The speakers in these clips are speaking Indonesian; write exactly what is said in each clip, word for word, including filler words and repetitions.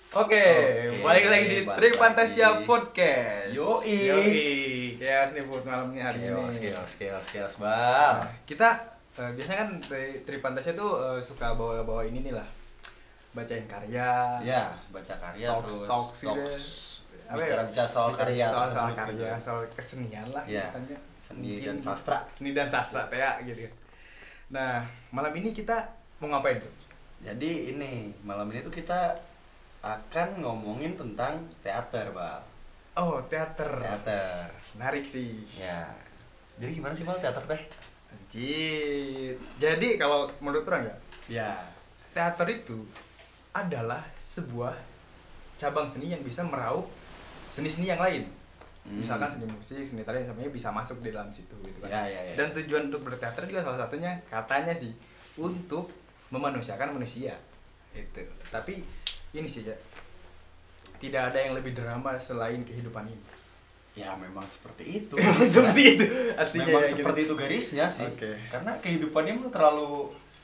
Oke, Oke, balik lagi di balik Tri Fantasia lagi. Podcast. Yoi. Yoi. Chaos nih buat malam ini hari Chaos, ini. chaos, chaos, chaos, bang. Nah, kita eh, biasanya kan dari Tri Fantasia tuh eh, suka bawa-bawa ini nih lah. Bacain karya. Ya, baca karya Talks, terus talks gitu. talks. Apa ya? Bicara-bicara soal Bicara karya soal, soal tersebut karya, gitu. soal kesenian lah Ya, katanya. seni Mungkin dan sastra. Seni dan sastra ya gitu. Nah, malam ini kita mau ngapain tuh? Jadi ini, malam ini tuh kita akan ngomongin tentang teater, Bang. Oh, teater. Teater. Menarik sih. Ya. Jadi gimana sih, Bang, teater teh? Anjir. Jadi kalau menurut orang ya, Ya. teater itu adalah sebuah cabang seni yang bisa meraup seni-seni yang lain. Hmm. Misalkan seni musik, seni tari, semuanya bisa masuk di dalam situ gitu kan. Ya, ya, ya. Dan tujuan untuk berteater juga salah satunya katanya sih untuk memanusiakan manusia. Itu. Tapi ini sih ya. Tidak ada yang lebih drama selain kehidupan ini. Ya, memang seperti itu. Seperti itu. Aslinya Memang ya, gitu. seperti itu garisnya sih. Oke. Karena kehidupannya mah terlalu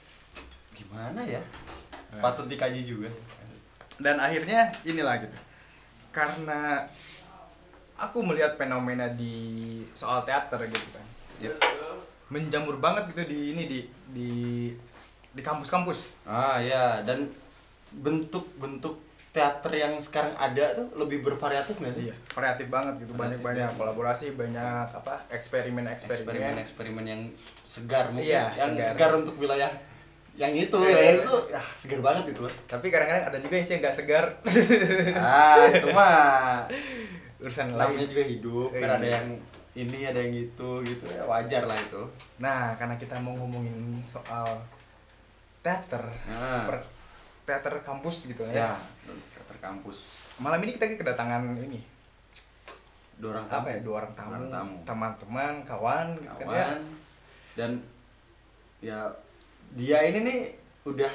gimana ya? Nah. Patut dikaji juga. Dan akhirnya inilah gitu. Karena aku melihat fenomena di soal teater gitu kan. Yep. Menjamur banget gitu di ini di di di kampus-kampus. Ah ya, dan bentuk-bentuk teater yang sekarang ada tuh lebih bervariatif nggak sih? Iya, variatif banget gitu. Variatif Banyak-banyak banget. kolaborasi, banyak apa? eksperimen-eksperimen. Eksperimen-eksperimen yang segar mungkin, Iya, yang segar. segar. Untuk wilayah yang itu, Eh. wilayah itu ya segar banget itu. Tapi kadang-kadang ada juga yang sih nggak segar. Ah, itu mah Urusan namanya lain. juga hidup, Eh, kan ada iya. yang ini, ada yang itu gitu ya, wajar lah itu. Nah, karena kita mau ngomongin soal teater, Nah. per, teater kampus gitu Ya, ya. teater kampus. Malam ini kita kedatangan ini Dua orang apa tamu. ya, dua orang tamu, Dua orang tamu. teman-teman, kawan, gitu kan ya. Kawan. Dan ya dia ini nih udah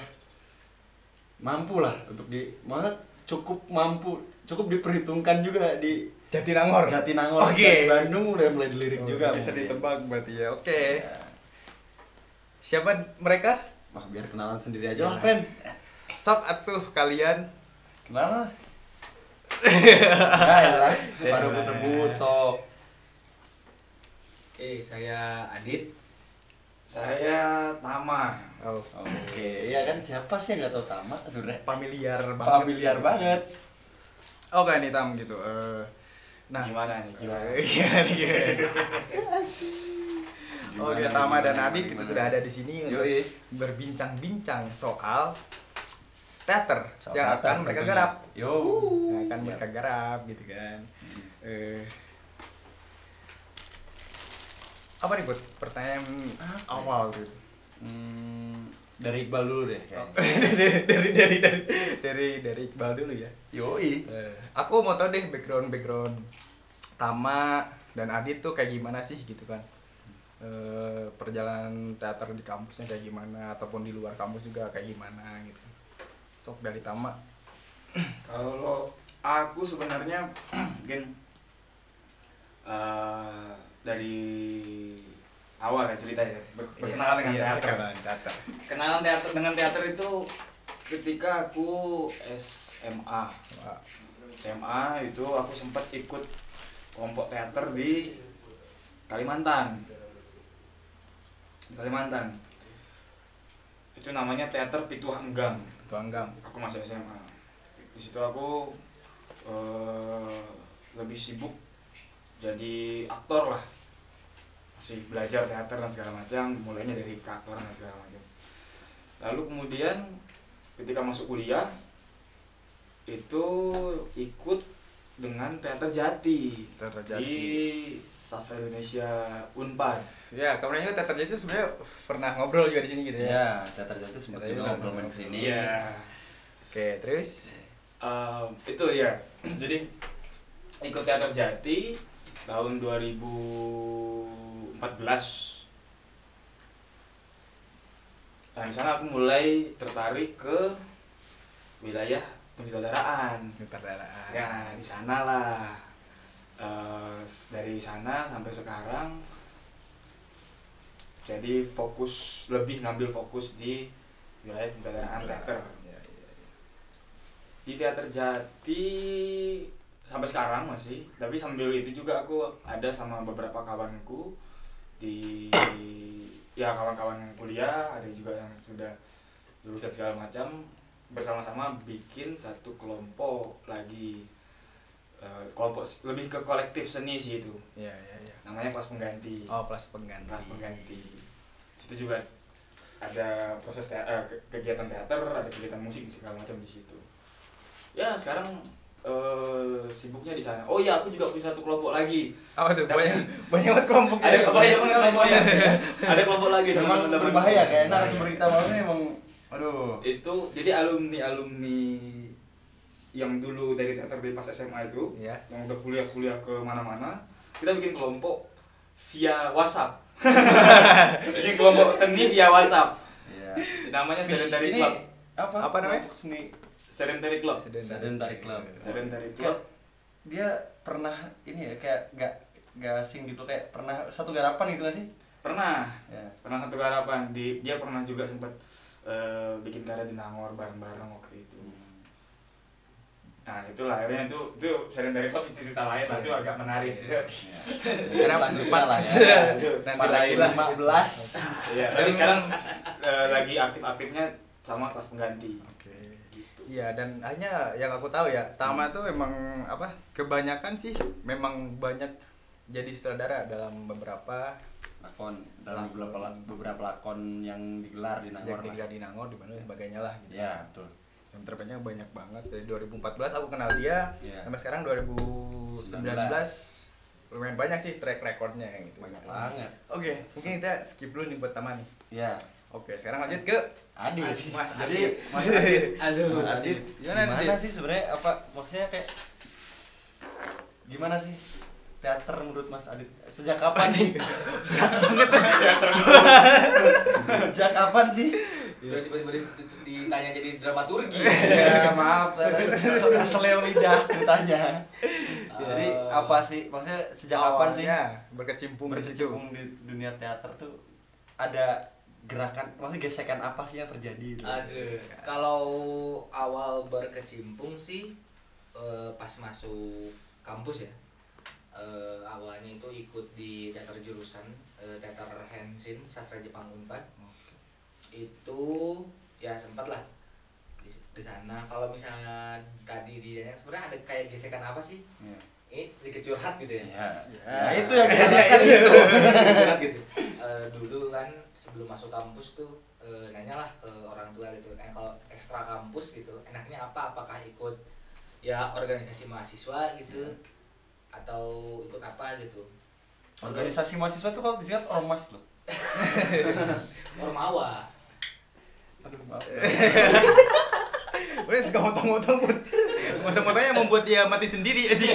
mampu lah untuk di, maksudnya cukup mampu, cukup diperhitungkan juga di Jatinangor. Jatinangor Oke. dan Bandung udah mulai dilirik Oh, juga. bisa mungkin. ditebak berarti ya. Oke. Ya. Siapa mereka? Wah, biar kenalan sendiri aja Ya. lah, Pen. Sok atuh kalian. Kenapa? Ya, ya lah. Ya, Baru ya. rebut sok. Oke, saya Adit. Saya Tama. Oh, Oke, iya kan, siapa sih yang nggak tahu Tama sebenarnya? familiar banget. Familiar banget. Oke nih Tam gitu. Eh, nah, Gimana nih, gimana? Eh, Gimana nih? Gimana? Oke, Gimana, Tama dan gimana, Adit kita gimana? sudah ada di sini untuk Yoi. berbincang-bincang soal teater Soal yang teater akan mereka tentunya. garap. Yo. Yang akan Yap. mereka garap gitu kan. Eh, apa nih buat pertanyaan Apa ya? awal gitu? Hmm, dari Iqbal dulu deh. Oh, kayaknya. dari dari dari dari dari Iqbal dulu ya. Yoi. Eh, aku mau tahu deh background background Tama dan Adit tuh kayak gimana sih gitu kan. Eh, perjalanan teater di kampusnya kayak gimana ataupun di luar kampus juga kayak gimana gitu. Sok dari Tama. Kalau aku sebenarnya mungkin eh, dari awal ya cerita ya, ber- berkenalan dengan Iya, teater. kenalan teater. Kenalan teater dengan teater itu ketika aku S M A. Wah, S M A itu aku sempat ikut kelompok teater di Kalimantan. Di Kalimantan. Itu namanya Teater Pituah Enggang. Tuanggang. Aku masih S M A. Di situ aku eh, lebih sibuk jadi aktor lah, masih belajar teater dan segala macam, mulainya dari keaktoran dan segala macam. Lalu kemudian ketika masuk kuliah itu ikut dengan Teater Jati, Teater Jati. di Sastra Indonesia Unpad. Ya, kemarin juga teater itu sebenarnya pernah ngobrol juga di sini gitu ya. Ya, teater itu sempat Teater juga itu ngobrol main ngobrol. kesini. Iya. Oke, terus Eh, itu ya. Jadi ikut Teater Jati tahun dua ribu empat belas. Nah, di sana aku mulai tertarik ke wilayah penyutradaraan. Sutradaraan. Ya, di sanalah. Eh, dari sana sampai sekarang jadi fokus, lebih ngambil fokus di wilayah penyutradaraan teater. Ya, ya, ya. Di Teater Jati sampai sekarang masih, tapi sambil itu juga aku ada sama beberapa kawanku di ya kawan-kawan kuliah, ada juga yang sudah lulus dan segala macam, bersama-sama bikin satu kelompok lagi, uh, kelompok lebih ke kolektif seni sih itu. Iya, iya, iya. Namanya Kelas Pengganti. Oh, kelas pengganti. Kelas Pengganti. Situ juga ada proses teater, uh, kegiatan teater, ada kegiatan musik segala macam di situ. Ya sekarang uh, sibuknya di sana. Oh iya, aku juga punya satu kelompok lagi. Apa tuh? Tapi- Banyak banyak banget kelompok. Ada banyak banget kelompoknya. Ada kelompok lagi sama Emang teman-teman. berbahaya kayak narasumber kita malamnya emang aduh. Itu jadi alumni-alumni yang dulu dari teater di pas S M A itu, Iya. yang udah kuliah-kuliah ke mana-mana, kita bikin kelompok via WhatsApp. Bikin kelompok seni via WhatsApp. Iya. Namanya Sedentary Ini Club. apa? Apa namanya? Kelompok seni Sedentary Club. Sedentary Club. Sedentary Kayak Club. dia pernah ini ya kayak nggak nggak asing gitu, kayak pernah satu garapan gitu nggak sih? Pernah. Ya. Pernah satu garapan di dia pernah juga sempat eh, bikin karya di Nangor bareng-bareng waktu itu. Nah itulah akhirnya itu itu Sedentary Club cerita lain lah, itu agak menarik. Karena Selanjutnya lah ya. Ya, itu nanti Pada lain lah. lima belas. Iya, tapi sekarang eh, lagi aktif-aktifnya sama Kelas Pengganti. Oke. Gitu. Iya, dan hanya yang aku tahu ya, Tama tuh emang apa? Kebanyakan sih memang banyak jadi sutradara dalam beberapa Lakon dalam beberapa la- beberapa lakon yang digelar di Nangor. yang digelar di Nangor di mana dan sebagainya lah gitu. Ya, betul. Yang terbanyak banyak banget dari dua ribu empat belas aku kenal dia, Iya. sampai sekarang dua ribu sembilan belas lumayan banyak sih track recordnya gitu. Banyak banget. Oke, mungkin kita skip dulu nih buat Tama nih. Ya. Oke, sekarang lanjut ke Adit. Mas Jadi Adit. Mas Adit. Aduh, Mas Adit. Gimana, Gimana, Adit? sih sebenarnya apa maksudnya kayak gimana sih teater menurut Mas Adit? Sejak kapan sih? Sejak kapan sih? Udah tiba-tiba di- di- ditanya jadi dramaturgi. Ya maaf, saya tadi keseleo lidah ceritanya. Jadi Eh, apa sih? Maksudnya sejak kapan sih Awalnya berkecimpung di situ? berkecimpung di dunia teater tuh ada gerakan, maksudnya gesekan apa sih yang terjadi gitu? Aduh, kalau awal berkecimpung sih eh, pas masuk kampus ya. Eh, awalnya itu ikut di teater jurusan eh, teater Henshin sastra Jepang Unpad. Itu ya sempat lah di, di sana. Kalau misalnya tadi ditanya sebenarnya ada kayak gesekan apa sih? Ya. Ini sedikit curhat gitu ya. Ya, Ya. ya itu yang ditanyakan itu. Curhat gitu. Eh, dulu kan sebelum masuk kampus tuh eh, nanya lah ke orang tua gitu. Eh, kalau ekstra kampus gitu, enaknya apa? Apakah ikut ya organisasi mahasiswa gitu atau ikut apa gitu? Organisasi mahasiswa tuh kalau disingkat ormas loh. Ormawa. Aduh, maaf. Udah suka motong-motong pun. Motong-motongnya membuat dia mati sendiri aja.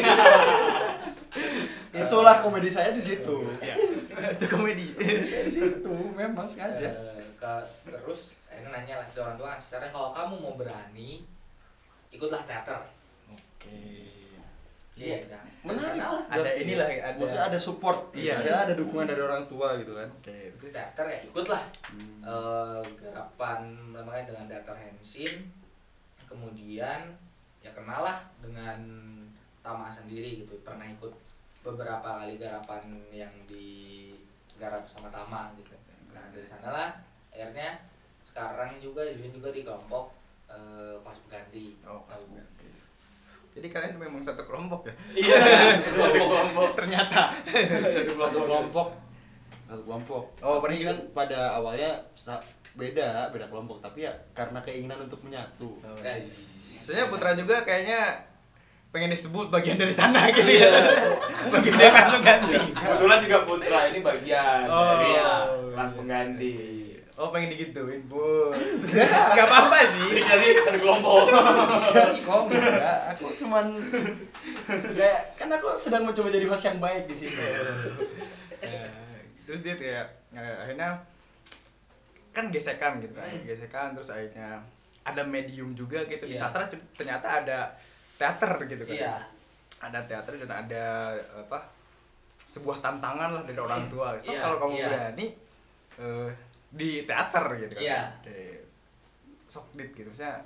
Itulah komedi saya di situ. Itu komedi. Saya di situ memang sengaja. Eh, ke- terus ini nanya lah ke orang tua, secara kalau kamu mau berani ikutlah teater. Oke. Iya, udah. Menarik. Dari sana lah. Ada inilah, ada- Maksudnya ada support, Iya. iya, ada dukungan dari orang tua gitu kan. Oke, Itu teater ya ikutlah. Eh, garapan namanya dengan teater Henshin, kemudian ya kenal lah dengan Tama sendiri gitu, pernah ikut beberapa kali garapan yang digarap sama Tama gitu. Nah dari sanalah akhirnya sekarang juga Yuyun juga di kelompok eh, Kelas Pengganti. Oh, Kelas Pengganti. Jadi kalian memang satu kelompok ya? Iya, kelompok-kelompok. Ternyata. Satu kelompok, satu kelompok. Oh, Tapi berarti kan pada awalnya sa- beda, beda kelompok. Tapi ya karena keinginan untuk menyatu. Eh, Sebenarnya Putra juga kayaknya pengen disebut bagian dari sana gitu ya. Bagian dia Kelas Pengganti. Kebetulan juga Putra ini bagian Oh, dari iya. Kelas Pengganti. Oh, pengen digituin, Put. Gak apa-apa sih. Jadi satu kelompok. Kok enggak? Aku cuman kayak kan aku sedang mencoba jadi host yang baik di sini. Nah, terus dia kayak eh, akhirnya kan gesekan gitu kan, gesekan terus akhirnya ada medium juga gitu di Iya. sastra ternyata ada teater gitu kan. Iya. Ada teater dan ada apa sebuah tantangan lah dari orang Hmm. tua. So Iya, kalau kamu iya. berani eh, di teater gitu kan. Iya. Kayak sok dit gitu. Maksudnya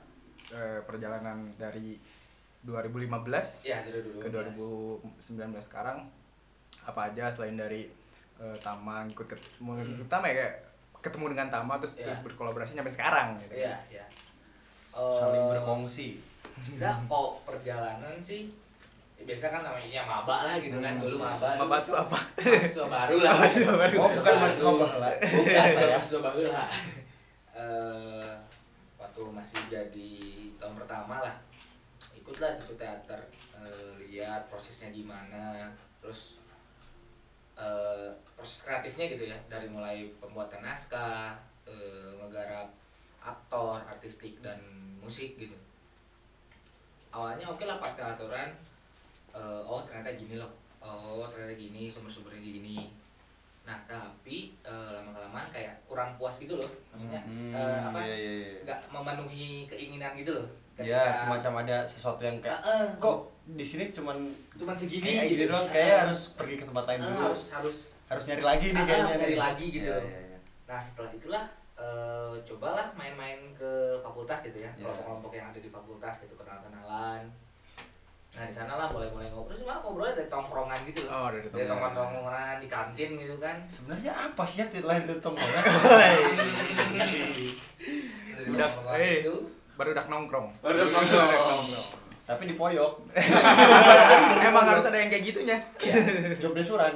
eh, perjalanan dari dua ribu lima belas Ya, dari dua ribu lima belas. ke dua ribu sembilan belas sekarang, apa aja selain dari eh, Tama ngikut ke, Hmm. Tama ya kayak ketemu dengan Tama terus Ya. terus berkolaborasi sampai sekarang gitu. Iya, iya. Saling Eh, berkongsi. Enggak, kok perjalanan sih ya biasa kan namanya ya maba lah gitu kan, Hmm. dulu maba. Maba tuh apa? Mahasiswa baru lah. Mahasiswa baru. Oh, bukan mahasiswa baru lah. Bukan, Saya. mahasiswa baru lah. Eh, waktu masih jadi tahun pertama lah, ikutlah itu teater, eh, lihat prosesnya gimana, terus eh, proses kreatifnya gitu ya, dari mulai pembuatan naskah, eh, ngegarap aktor, artistik dan musik gitu. Awalnya oke lah pas keaturan, eh, oh ternyata gini loh, oh ternyata gini, sumber-sumbernya gini. Nah tapi eh, lama-kelamaan kayak kurang puas gitu loh, maksudnya Hmm, eh, apa iya, iya, iya. nggak memenuhi keinginan gitu loh. Ya, semacam ada sesuatu yang kayak Eh, eh, kok di sini cuman cuman segini kayak gitu gini doang, Eh, kayak eh, harus pergi ke tempat lain eh, dulu. harus harus Harus nyari lagi nih Ah, kayaknya. harus nyari nih. lagi gitu Iya, loh. iya, iya. Nah setelah itulah eh, cobalah main-main ke fakultas gitu ya, Ya. kelompok-kelompok yang ada di fakultas gitu, kenal-kenalan. Nah di sana lah mulai-mulai ngobrol, sih malah ngobrolnya dari tongkrongan gitu loh, Oh, dari dari tongkrongan. tongkrongan di kantin gitu kan. Sebenarnya apa sih yang lahir dari tongkrongan? Dari Udah, tongkrongan eh. itu Baru udah nongkrong. Baru udah nongkrong. Tapi di Poyok, Emang harus ada yang kayak gitunya. job desuran.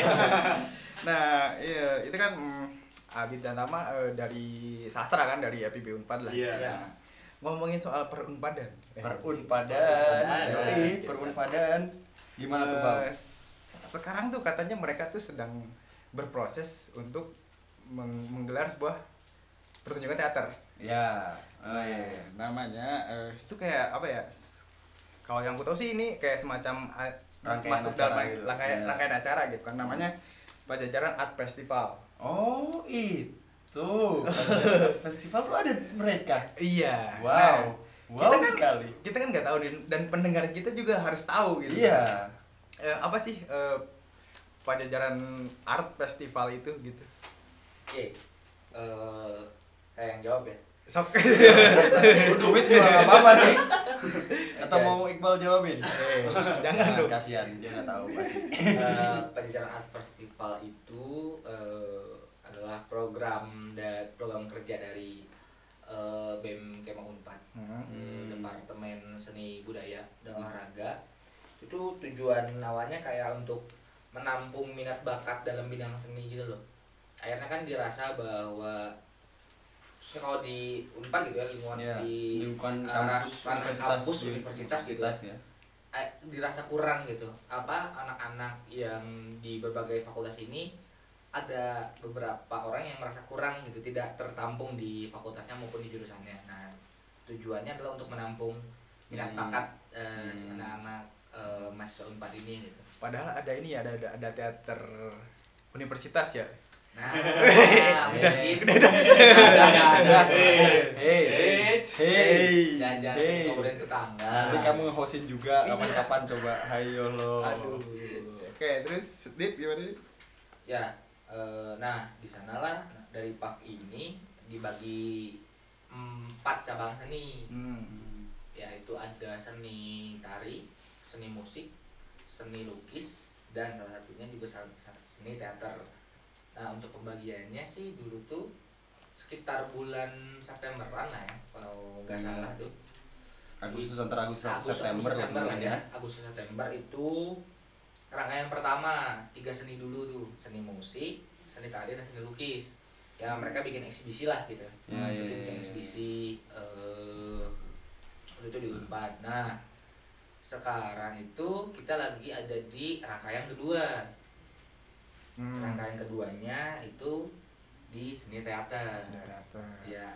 Nah, iya, itu kan mm, Abid dan Tama eh, dari sastra kan, dari A P B Unpad lah. Iya. ya. Ngomongin soal perunpadan. Eh, Perunpadan, Perunpadan. yoi, perunpadan. Gimana tuh bang? eh, sekarang tuh katanya mereka tuh sedang berproses untuk meng- menggelar sebuah pertunjukan teater. Ya, oh, iya, iya. Namanya eh, itu kayak apa ya? s- Kalau yang aku tahu sih ini kayak semacam ah, Rangkaian masuk acara dalam gitu. rangkaian, Iya. rangkaian acara gitu kan. Namanya Pajajaran Art Festival. Oh itu, festival tuh ada mereka. Iya. Wow, Nah, wow kita kan, sekali. Kita kan nggak tahu dan, dan pendengar kita juga harus tahu gitu. Iya. Eh, apa sih eh, Pajajaran Art Festival itu gitu? Oke, eh saya yang jawab ya. Sok. Sulit juga nggak apa-apa sih. Atau Oke. mau Iqbal jawabin? Eh, jangan dong. Kasihan dia nggak tahu pasti. Eh, Pajajaran Art Festival itu eh, adalah program dan program kerja dari eh, B E M Kema Unpad, Hmm. eh, Departemen Seni Budaya dan Olahraga. Itu tujuan awalnya kayak untuk menampung minat bakat dalam bidang seni gitu loh. Akhirnya kan dirasa bahwa khususnya kalau di Unpad gitu ya, lingkungan Iya, di lingkungan arah- kampus, ranah universitas, kampus universitas gitu ya. ya. Eh, dirasa kurang gitu, apa anak-anak yang di berbagai fakultas ini ada beberapa orang yang merasa kurang gitu, tidak tertampung di fakultasnya maupun di jurusannya. Nah tujuannya adalah untuk menampung minat Hmm. bakat eh, si Hmm. anak-anak eh, mahasiswa Unpad ini gitu. Padahal ada ini ya, ada ada, ada teater universitas ya. Nah Udah, mungkin udah, ada Hei, Eh, hei, jangan Hey. ngobrolin tetangga. Nanti kamu nge-hostin juga kapan-kapan coba. Hayo lo. Aduh. Oke, terus Dit gimana Dit? Ya, eh, nah di sanalah dari P A F ini dibagi empat cabang seni, Hmm. yaitu ada seni tari, seni musik, seni lukis, dan salah satunya juga sa- sa- seni teater. Nah untuk pembagiannya sih dulu tuh sekitar bulan Septemberan lah ya, kalau nggak Hmm. salah tuh. Agustus antara Agustus Agustus, September Agustus, September lah lah ya. Agustus September itu rangkaian pertama, tiga seni dulu tuh, seni musik, seni tari, dan seni lukis. Ya mereka bikin eksibisi lah gitu. Ya, ya, bikin ya, ya. eksibisi eh waktu itu di Unpad. Nah sekarang itu kita lagi ada di rangkaian kedua. Hmm. Rangkaian keduanya itu di seni teater. Teater. Ya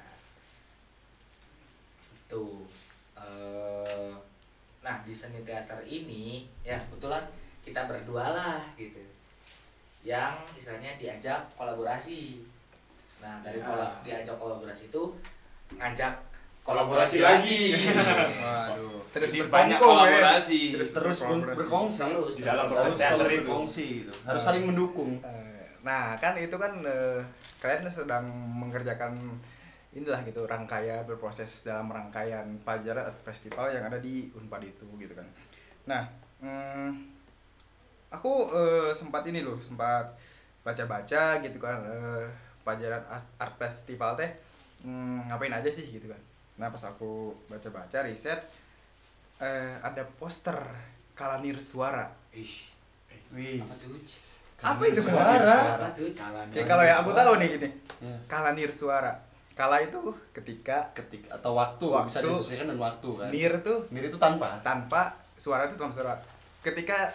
itu eh nah di seni teater ini ya kebetulan kita berdua lah gitu yang istilahnya diajak kolaborasi. Nah dari Ya. kola- diajak kolaborasi itu ngajak Kolaborasi lagi. Waduh. Terus Jadi berkongkong, banyak ya. kolaborasi. Terus Terus ber- berkolaborasi. berkongsi. Terus, Di dalam terus, proses Harus teater selalu itu. berkongsi gitu. Harus saling mendukung. Eh, Nah, kan itu kan eh, kalian sedang mengerjakan inilah gitu rangkaian berproses dalam rangkaian pelajaran atau festival yang ada di Unpad itu gitu kan. Nah, hmm, aku eh, sempat ini loh, sempat baca-baca gitu kan, eh, pelajaran art, art festival teh hmm, ngapain aja sih gitu kan. Nah pas aku baca-baca riset, eh, ada poster Kalanir Suara. Ih, Wih. apa tuh? Apa itu Suara? Apa tuh? Kalanir Oke, kalau ya aku Suara. tahu nih gini, Ya. Kalanir Suara. Kala itu ketika, Ketika atau waktu, Waktu. bisa disesuaikan dengan waktu kan. nir tuh Nir itu tanpa. tanpa, suara itu tanpa suara. Ketika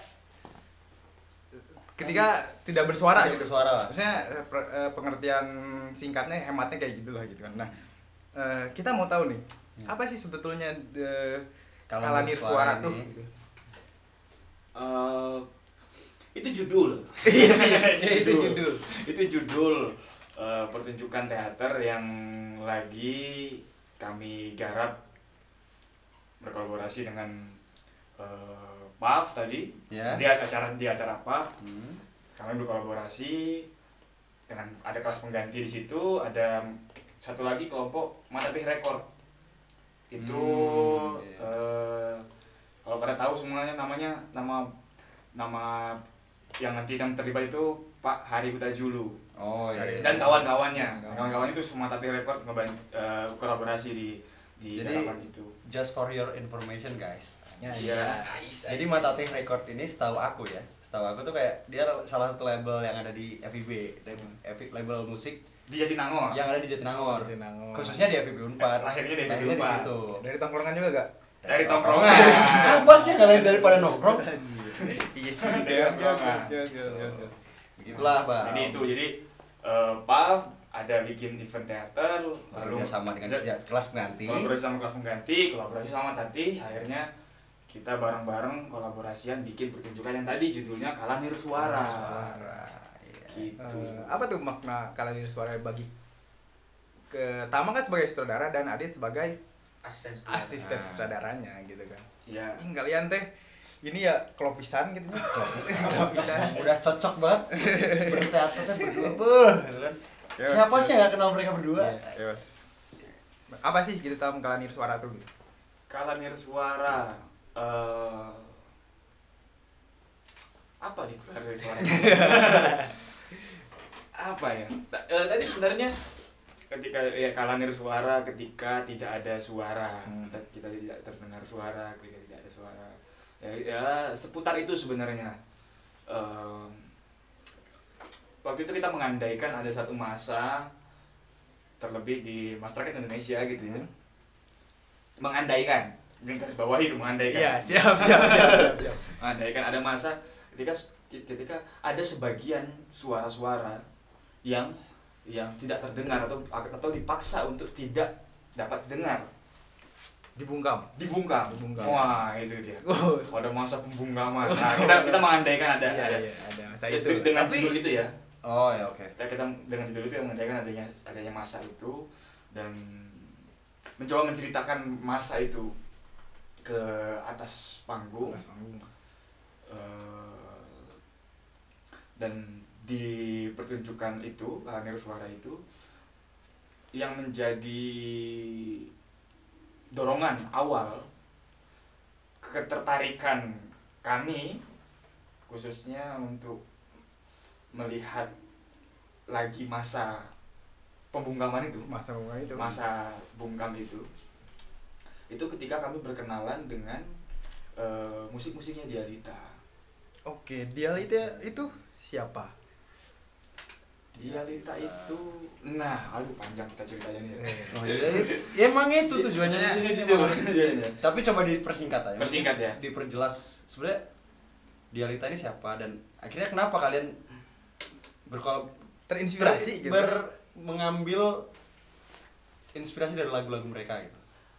ketika tidak bersuara Tidak gitu. bersuara lah. Maksudnya eh, per- eh, pengertian singkatnya hematnya kayak gitulah gitu kan. Nah, eh, kita mau tahu nih, Ya. apa sih sebetulnya eh, Kalanir Kalanir Suara Suara tuh? ini. Gitu. Eh, itu judul. Iya sih, itu judul. Itu judul eh, pertunjukan teater yang lagi kami garap berkolaborasi dengan eh, P A F tadi. Ya. Di acara di acara P A F Hmm. kami berkolaborasi dengan ada kelas pengganti di situ, ada satu lagi kelompok Matapih Record. Itu Hmm, iya. eh, kalau pada tahu semuanya namanya nama nama yang nanti yang terlibat itu Pak Hari Hutajulu Oh iya. dan kawan-kawannya. Kawan-kawan. Kawan-kawan itu semua Matapih Record ngeban eh, kolaborasi di di Jadi, garapan itu. just for your information guys. Ya, Iya. Ais, Jadi ais, Matapih ais. Record ini setahu aku ya, setahu aku tuh kayak dia salah satu label yang ada di F I B, label, label musik Di Jatinangor. yang ada di Jatinangor. Jatinangor. Khususnya di F I B Unpad. Lahirnya di F I B Lahirnya Unpad. situ. Dari tongkrongan juga gak? Dari tongkrongan. Apa sih yang lain daripada nongkrong? Iya sih, Dari tongkrongan. Begitulah, Bang. Jadi itu, jadi eh, P A F ada bikin event teater, Lalu sama dengan Ja- ja- kelas pengganti. kolaborasi sama kelas pengganti, kolaborasi sama Tati, akhirnya kita bareng-bareng kolaborasian bikin pertunjukan yang tadi judulnya Kalanir Suara. Suara. Iya. Gitu. Eh, apa tuh makna Kalanir Suara bagi ke Tama kan sebagai sutradara dan Adit sebagai Asisten sutradara. asisten sutradaranya gitu kan. Ya, Anjing, kalian teh ini ya klopisan gitu nih. Klopisan. Klopisan. Udah cocok banget berteater tuh berdua. Beuh, gitu kan. Yos, Siapa yos. sih yang gak kenal mereka berdua? Iya, yos. Apa sih gitu Tam Kalanir Suara tuh gitu? Kalanir Suara. eh apa di Kalanir Suara? Apa ya? Ta- eh, tadi sebenarnya ketika ya Kalanir Suara ketika tidak ada suara, Hmm. kita, kita tidak terdengar suara, ketika tidak ada suara. Ya, ya seputar itu sebenarnya. Eh, waktu itu kita mengandaikan ada satu masa terlebih di masyarakat Indonesia gitu ya. Hmm. Mengandaikan, mungkin garis bawah itu mengandaikan. Iya, siap, siap, siap, siap, siap. Mengandaikan ada masa ketika ketika ada sebagian suara-suara yang yang tidak terdengar atau atau dipaksa untuk tidak dapat didengar, Dibungkam. dibungkam. Dibungkam. Wah, itu dia. Oh, Pada masa pembungkaman. Oh, Nah, kita kita mengandaikan ada iya, ada iya, ada masa de- itu. de- dengan Tapi- judul itu ya. Oh ya oke. Kita kita dengan judul itu yang mengandaikan adanya adanya masa itu dan mencoba menceritakan masa itu ke atas panggung. Eh, dan di pertunjukan itu Kalanir Suara itu yang menjadi dorongan awal ketertarikan kami khususnya untuk melihat lagi masa pembungkaman itu, Masa bunga itu. masa bungkam itu itu ketika kami berkenalan dengan eh, musik-musiknya Dialita. Oke, dia itu itu siapa? Dialita itu, nah, aduh panjang kita ceritanya nih. Oh iya. Ya, emang itu tujuannya di sini. Itu tujuannya. Tapi coba dipersingkat aja. Persingkat ya. Diperjelas sebenarnya Dialita ini siapa dan akhirnya kenapa kalian berkolab Terinspirasi gitu. ber mengambil inspirasi dari lagu-lagu mereka gitu.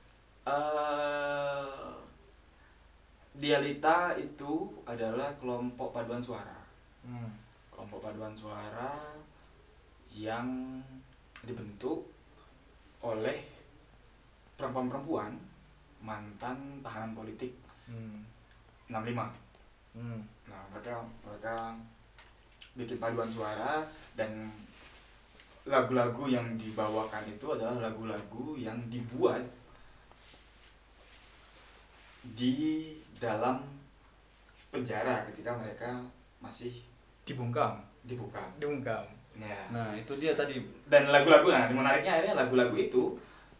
Eh, Dialita itu adalah kelompok paduan suara. Hmm. Kelompok paduan suara yang dibentuk oleh perempuan-perempuan mantan tahanan politik Hmm. enam puluh lima. Hmm. Nah, mereka mereka bikin paduan suara dan lagu-lagu yang dibawakan itu adalah lagu-lagu yang dibuat di dalam penjara ketika mereka masih Dibungkam, dibuka. dibungkam. Ya. Nah itu dia tadi. Dan lagu-lagu, nah menariknya akhirnya lagu-lagu itu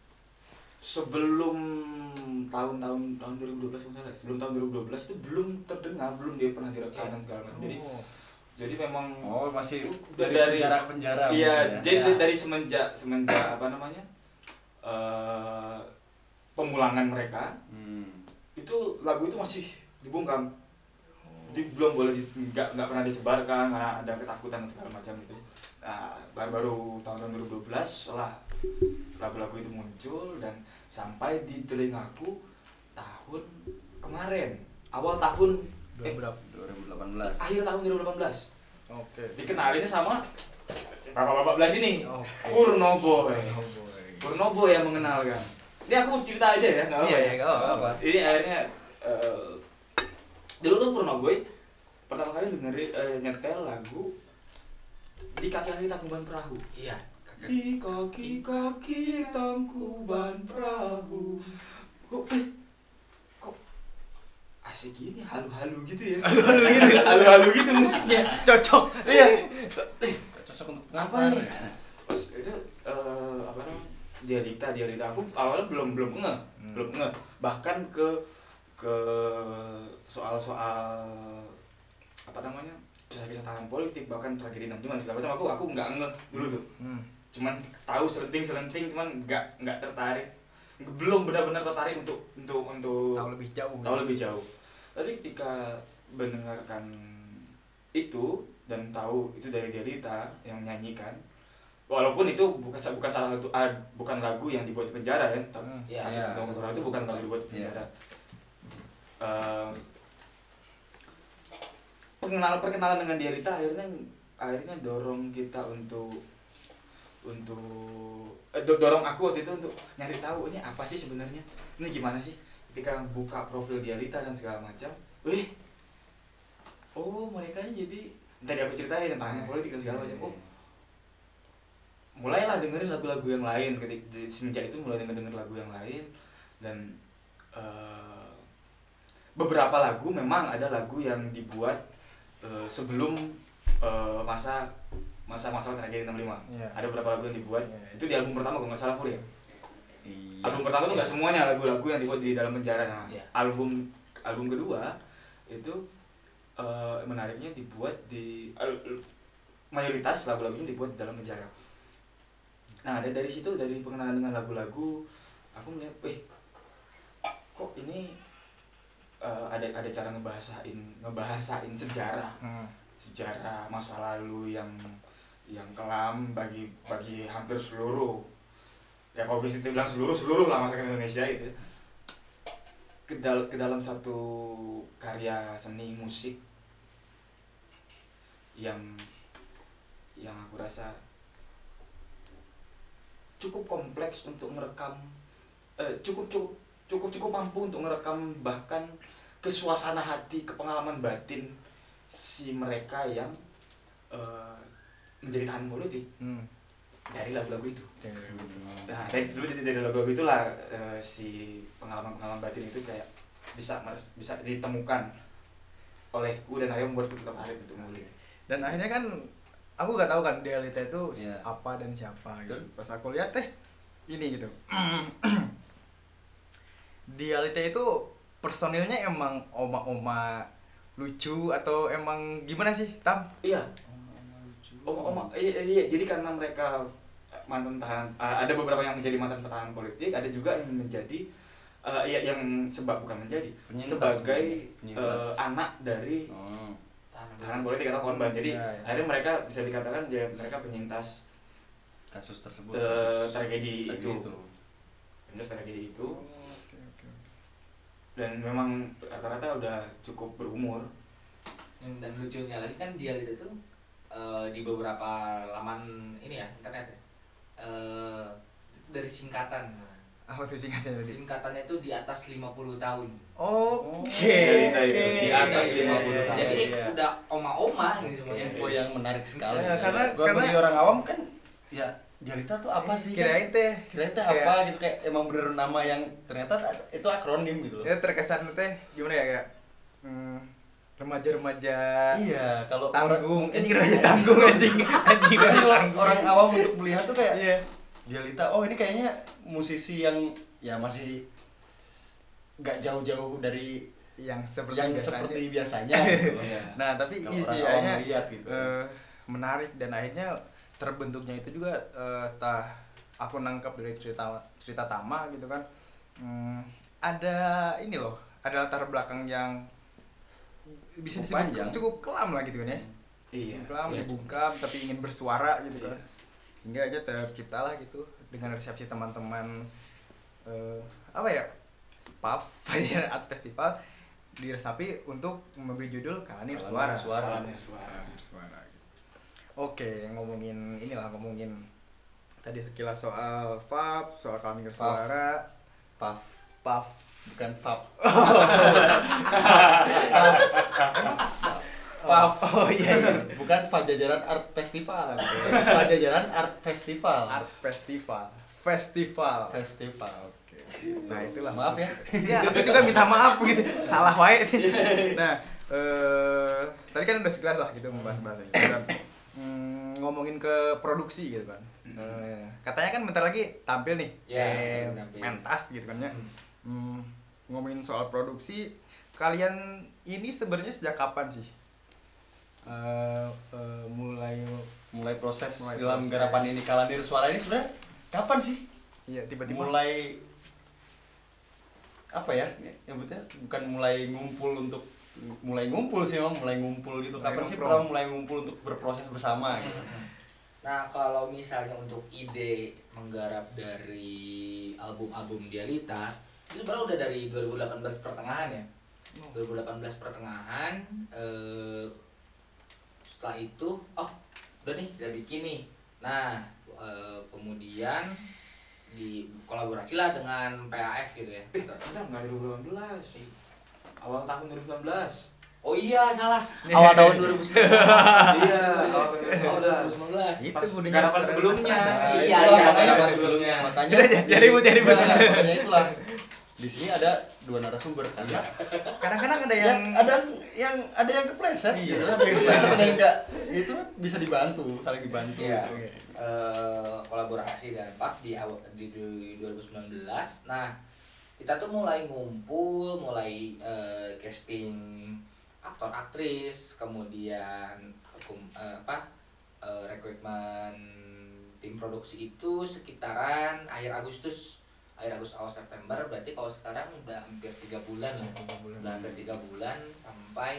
sebelum tahun-tahun tahun dua ribu dua belas kalau salah, sebelum tahun dua ribu dua belas itu belum terdengar, belum dia pernah direkam dan segala macam. Jadi Oh. jadi memang Oh masih dari, dari penjara ke penjara. iya, mungkin ya. jadi Ya. dari semenjak semenjak apa namanya eh pemulangan mereka Hmm. itu lagu itu masih dibungkam. Jadi belum boleh di- nggak nggak pernah disebarkan karena ada ketakutan dan segala macam itu. Nah, baru-baru tahun dua ribu dua belas setelah lagu-lagu itu muncul dan sampai di telingaku tahun kemarin, awal tahun Dua eh berapa? dua ribu delapan belas. akhir tahun dua ribu delapan belas. Oke. Dikenalinnya sama bapak-bapak belas ini. Oke. Purno Boy. Oh, boy. Purno Boy yang mengenalkan. Ini aku cerita aja ya, nggak apa-apa. Iya, ya? iya, nggak apa-apa. Ini akhirnya eh, dulu tuh Purno Boy pertama kali dengerin eh, nyetel lagu di kaki-kaki tangkuban perahu. Iya. Di kaki-kaki tangkuban perahu. Kok eh, kok asik gini, halu-halu gitu ya. Halu-halu gitu. Halu-halu gitu musiknya. Cocok. Iya. Eh, Cocok untuk apa ngapain? nih? Pas itu eh, apa namanya? Dialita, dialita aku awalnya belum belum ngeh, Hmm. belum ngeh. Bahkan ke ke soal-soal apa namanya? Kisah-kisah tahanan politik, bahkan tragedi enam puluh lima segala macam aku aku nggak ngeh dulu tuh. Hmm. Cuman tahu selenting-selenting cuman nggak nggak tertarik. Belum benar-benar tertarik untuk untuk untuk Tahu lebih jauh. tahu lebih jauh. Tapi ketika mendengarkan itu dan tahu itu dari Dialita yang menyanyikan, walaupun itu bukan bukan salah satu ah, bukan lagu yang dibuat di penjara ya, tapi Hmm. Iya. Kaki Iya. Tangkuban Perahu itu bukan lagu dibuat di Iya. penjara. Eh, perkenalan perkenalan dengan Dialita akhirnya akhirnya dorong kita untuk untuk eh, do- dorong aku waktu itu untuk nyari tahu ini apa sih sebenarnya, ini gimana sih. Ketika buka profil Dialita dan segala macam, wih, oh mereka ini jadi tadi aku ceritain tentang politik dan segala macam. Oh, mulailah dengerin lagu-lagu yang lain. Ketika semenjak itu mulai denger denger lagu yang lain dan eh, beberapa lagu memang ada lagu yang dibuat eh, sebelum eh, masa masa masa tragedi enam puluh lima. Iya. Ada beberapa lagu yang dibuat Iya. itu di album pertama kalau nggak salah Pur ya. Iya. Album pertama tuh nggak semuanya lagu-lagu yang dibuat di dalam penjara. Nah, Iya. album album kedua itu eh, menariknya dibuat di al- mayoritas lagu-lagunya dibuat di dalam penjara. Nah, dari dari situ dari pengenalan dengan lagu-lagu aku melihat, wih, kok ini eh, ada ada cara ngebahasain ngebahasain sejarah Hmm. sejarah masa lalu yang yang kelam bagi bagi hampir seluruh, ya kalau bisa dibilang seluruh seluruh lah masyarakat Indonesia itu ke, dal- ke dalam satu karya seni musik yang yang aku rasa cukup kompleks untuk merekam eh, cukup cukup cukup cukup mampu untuk merekam bahkan ke suasana hati, ke pengalaman batin si mereka yang eh, menjadi tahanan politik Hmm. dari lagu-lagu itu. Hmm. Nah, dari, dulu dari, dari lagu-lagu itulah eh, si pengalaman-pengalaman batin itu kayak bisa mas- bisa ditemukan olehku dan akhirnya membuatku tertarik untuk ngulik. Dan akhirnya kan aku gak tahu kan Dialita itu Iya. apa dan siapa gitu. Betul. Pas aku lihat teh ini gitu. Dialita itu personilnya emang oma-oma lucu atau emang gimana sih, Tam? Iya, om om iya, iya jadi karena mereka mantan tahanan, uh, ada beberapa yang menjadi mantan tahanan politik, ada juga yang menjadi uh, ya, yang sebab bukan menjadi Penyintas, sebagai penyintas. uh, anak dari Oh. tahanan politik atau korban. Jadi Ya, ya. akhirnya mereka bisa dikatakan ya mereka penyintas Kasus tersebut. uh, kasus tragedi lagi itu. penyintas tragedi itu Oke, oke, oke. dan memang rata-rata udah cukup berumur. Yang- dan lucunya lagi kan dia itu tuh eh, di beberapa laman ini ya internet ya, eh, itu dari singkatan. Apa tuh singkatnya tadi? Singkatannya itu di atas lima puluh tahun. Oke. Dialita itu, oke. di atas Iya, lima iya, puluh tahun. iya, Jadi iya. udah oma-oma gitu semuanya. Info yang menarik sekali. Ya, karena- gua karena- bagi orang awam kan ya Dialita tuh apa sih? Kirain teh, Kirain teh kayak- apa gitu, kayak emang bener nama yang ternyata itu akronim gitu loh. ya terkesan teh gimana ya kayak hmm, remaja-remaja Iya, kalau tanggung, mungkin- anjing remaja tanggung anjing anjing Kan kalau tanggung. orang awam untuk melihat tuh kayak Iya. Dialita, oh ini kayaknya musisi yang ya masih gak jauh-jauh dari yang seperti yang biasanya. seperti biasanya gitu loh. Iya. Nah, tapi Kalau iya orang sih awam akhirnya melihat gitu. eh, menarik dan akhirnya terbentuknya itu juga eh, setelah aku nangkep dari cerita cerita Tama gitu kan. Hmm, ada ini loh, ada latar belakang yang bisa Cukup disebut panjang. cukup kelam lah gitu kan ya. Iya. Cukup kelam, Iya. dibungkam tapi ingin bersuara gitu kan. Iya. Hingga aja terciptalah gitu dengan resepsi teman-teman eh, apa ya? Puff Art Festival diresapi untuk memberi judul Kalanir Suara. Kalanir Suara. Kalanir Suara. Kalanir Suara gitu. Oke, ngomongin inilah ngomongin tadi sekilas soal Puff, soal Kalanir Puff. Suara, Puff, Puff. bukan Fab. Puff. Oh iya iya. Bukan Pajajaran Art Festival. Pajajaran Art Festival. Art Festival. Festival. Festival. Oke. Nah, itulah. Maaf ya. Ya, aku juga minta maaf gitu. Salah wae. Nah, eh tadi kan udah sekilas lah gitu membahas-bahas ini. Dan, mm, ngomongin ke produksi gitu kan. Eh, katanya kan bentar lagi tampil nih. Ya, eh, tampil. pentas gitu kan ya. Hmm. Hmm, ngomongin soal produksi, kalian ini sebenarnya sejak kapan sih? Eh, eh, mulai Mulai proses Mulai dalam proses. garapan ini Kalanir Suara ini sebenarnya kapan sih? ya tiba-tiba Mulai apa ya? Nyebutnya bukan mulai ngumpul untuk mulai ngumpul sih, memang mulai ngumpul gitu. Mulai Kapan sih nongkrong. pertama mulai ngumpul untuk berproses bersama gitu? Nah, kalau misalnya untuk ide menggarap dari album-album Dialita, itu sebenarnya udah dari dua ribu delapan belas pertengahan ya. dua ribu delapan belas pertengahan, eh, setelah itu, oh udah nih, udah bikin nih. Nah, eh, kemudian di kolaborasi lah dengan P A F gitu ya. Kita nggak dua ribu delapan belas. Awal tahun dua ribu sembilan belas. Oh iya, salah. Awal tahun dua ribu sembilan belas. Iya, Sorry, sorry. awal tahun dua ribu Awal sembilan belas. dua ribu sembilan belas. Itu Pas budenya garapan sekarang sebelumnya. ada. Iya, Itulah, iya, makanya iya. pas sebelumnya. Makanya Udah, jadi- jadi ribut, jadi ribut. Nah, makanya itulah. Di sini ada dua narasumber kan. kadang-kadang ada yang yang ada yang ada yang kepleset gitu, ada yang kepleset ada yang enggak, itu bisa dibantu, saling dibantu. Iya. gitu. Eh, kolaborasi dan Puff di awal di, di dua ribu sembilan belas. Nah, kita tuh mulai ngumpul, mulai eh, casting aktor aktris, kemudian hukum eh, apa eh, rekrutmen tim produksi itu sekitaran akhir Agustus, akhir Agustus awal September. Berarti kalau sekarang udah hampir tiga bulan lah, udah hampir tiga bulan sampai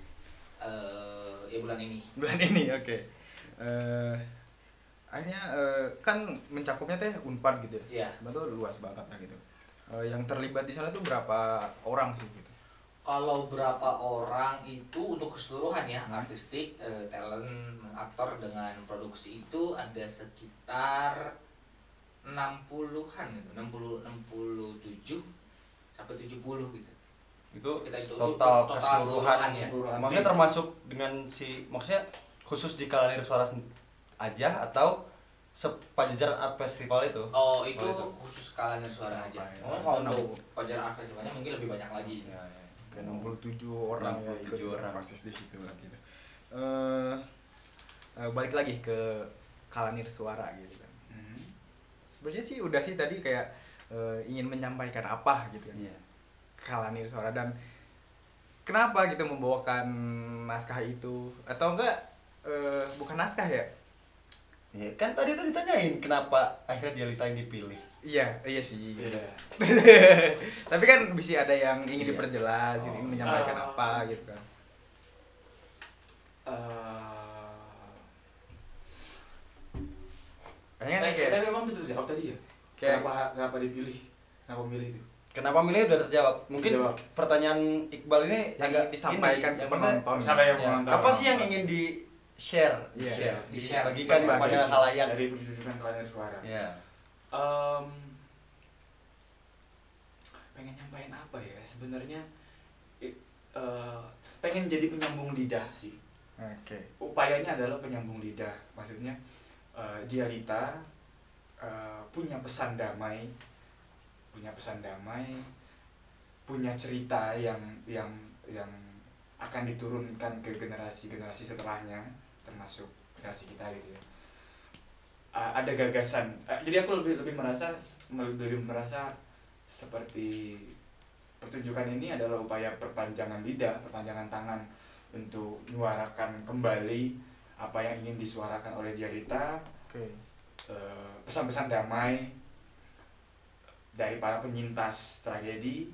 eh ya bulan ini. bulan ini. Oke. Eh, akhirnya eh, kan mencakupnya teh Unpad gitu ya. Iya. Betul, luas banget lah gitu. Eh, yang terlibat di sana tuh berapa orang sih gitu? Kalau berapa orang itu untuk keseluruhan ya, artistik, eh, talent, aktor dengan produksi itu ada sekitar enam puluhan gitu, enam puluh enam puluh tujuh sampai tujuh puluh gitu. Itu Kita itu total, total keseluruhan keseluruhan ya. maksudnya termasuk dengan si maksudnya khusus di Kalanir Suara sen- aja atau sepajajaran art festival itu? Oh, itu Oh, itu. khusus Kalanir Suara aja. Apa ya? Oh, kalau untuk Pajar Art Festivalnya mungkin lebih banyak lagi. Ya, ya. Ke enam puluh tujuh orang ya enam puluh ikut tujuh orang. proses di situ lah gitu. Eh eh, balik lagi ke Kalanir Suara gitu kan. Hmm. Sebenarnya sih udah sih tadi kayak eh, ingin menyampaikan apa gitu kan. Iya. Kalanir Suara dan kenapa gitu membawakan naskah itu atau enggak eh, bukan naskah ya? Ya, kan tadi udah ditanyain kenapa akhirnya Dialita yang dipilih. Iya, iya sih. Iya. Tapi kan bisa ada yang ingin Iya. diperjelas, ingin menyampaikan Oh. apa gitu kan. Eh, Kayaknya Tapi kayak tapi memang itu terjawab tadi ya. Kayak- Kenapa kenapa dipilih? Kenapa milih itu? Kenapa milih udah terjawab. Mungkin Terjawab. pertanyaan Iqbal ini yang agak disampaikan ini, ke yang maksudnya- penonton. Sampai yang Ya, penonton. apa sih yang ingin di share, Iya. share, Di-share. dibagikan Berbagi. kepada halayak? dari pertunjukan Kalanir Suara. Ya. Em, pengen nyampain apa ya? Sebenarnya i- eh, pengen jadi penyambung lidah sih. Oke. Upayanya adalah penyambung lidah. Maksudnya uh, Dialita uh, punya pesan damai, punya pesan damai, punya cerita yang yang yang akan diturunkan ke generasi-generasi setelahnya, termasuk generasi kita gitu ya. Uh, ada gagasan, uh, jadi aku lebih lebih merasa lebih merasa seperti pertunjukan ini adalah upaya perpanjangan lidah, perpanjangan tangan untuk menyuarakan kembali apa yang ingin disuarakan oleh Dialita, Oke. uh, pesan-pesan damai dari para penyintas tragedi,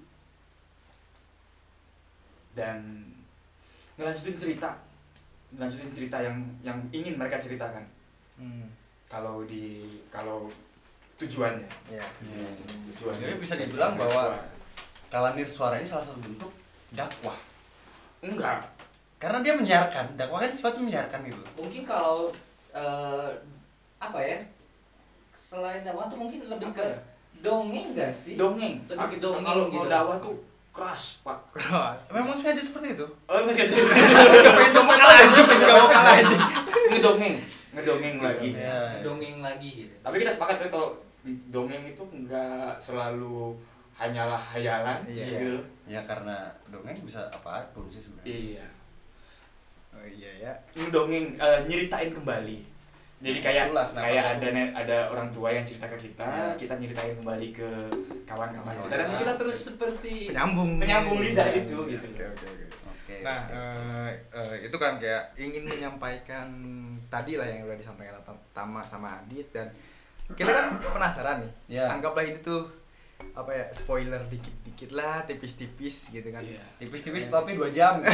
dan ngelanjutin cerita, ngelanjutin cerita yang yang ingin mereka ceritakan. Hmm. Kalau di kalau tujuannya, Ya. tujuannya. Jadi bisa dibilang bahwa Kalanir Suara ini salah satu bentuk dakwah. enggak, Karena dia menyiarkan, dakwah kan sifatnya menyiarkan gitu. Mungkin kalau eh, apa ya, selain dakwah tuh mungkin lebih Apa ke ya? dongeng gak sih? dongeng. Lebih ke dongeng Kalau gitu. kalau dakwah tuh keras, Pak. Keras. Memang sengaja seperti itu. Oh, enggak sih. Pengen coba kalah aja, pengen coba kalah aja. Ngedongeng, ngedongeng lagi. Iya. Dongeng lagi gitu. Tapi kita sepakat kan kalau dongeng itu enggak selalu hanyalah hayalan, Iya. gitu. Ya karena dongeng bisa apapun sih sebenarnya. Iya. Oh iya ya. Ngedongeng, eh, nyeritain kembali. Jadi kayak Itulah kenapa kayak aku- ada ne- ada orang tua yang cerita ke kita, Iya. kita nyeritain kembali ke kawan-kawan kita, dan Kawan-kawan. kita terus seperti Penyambung. penyambung lidah Iya, itu, iya, gitu. Oke oke oke. Oke. Nah, eh, eh, itu kan kayak ingin menyampaikan tadi lah yang udah disampaikan Tam- Tama sama Adit, dan kita kan penasaran nih. Ya. Anggaplah itu tuh apa ya, spoiler dikit-dikit lah, tipis-tipis gitu kan. Iya. Tipis-tipis tapi dua jam.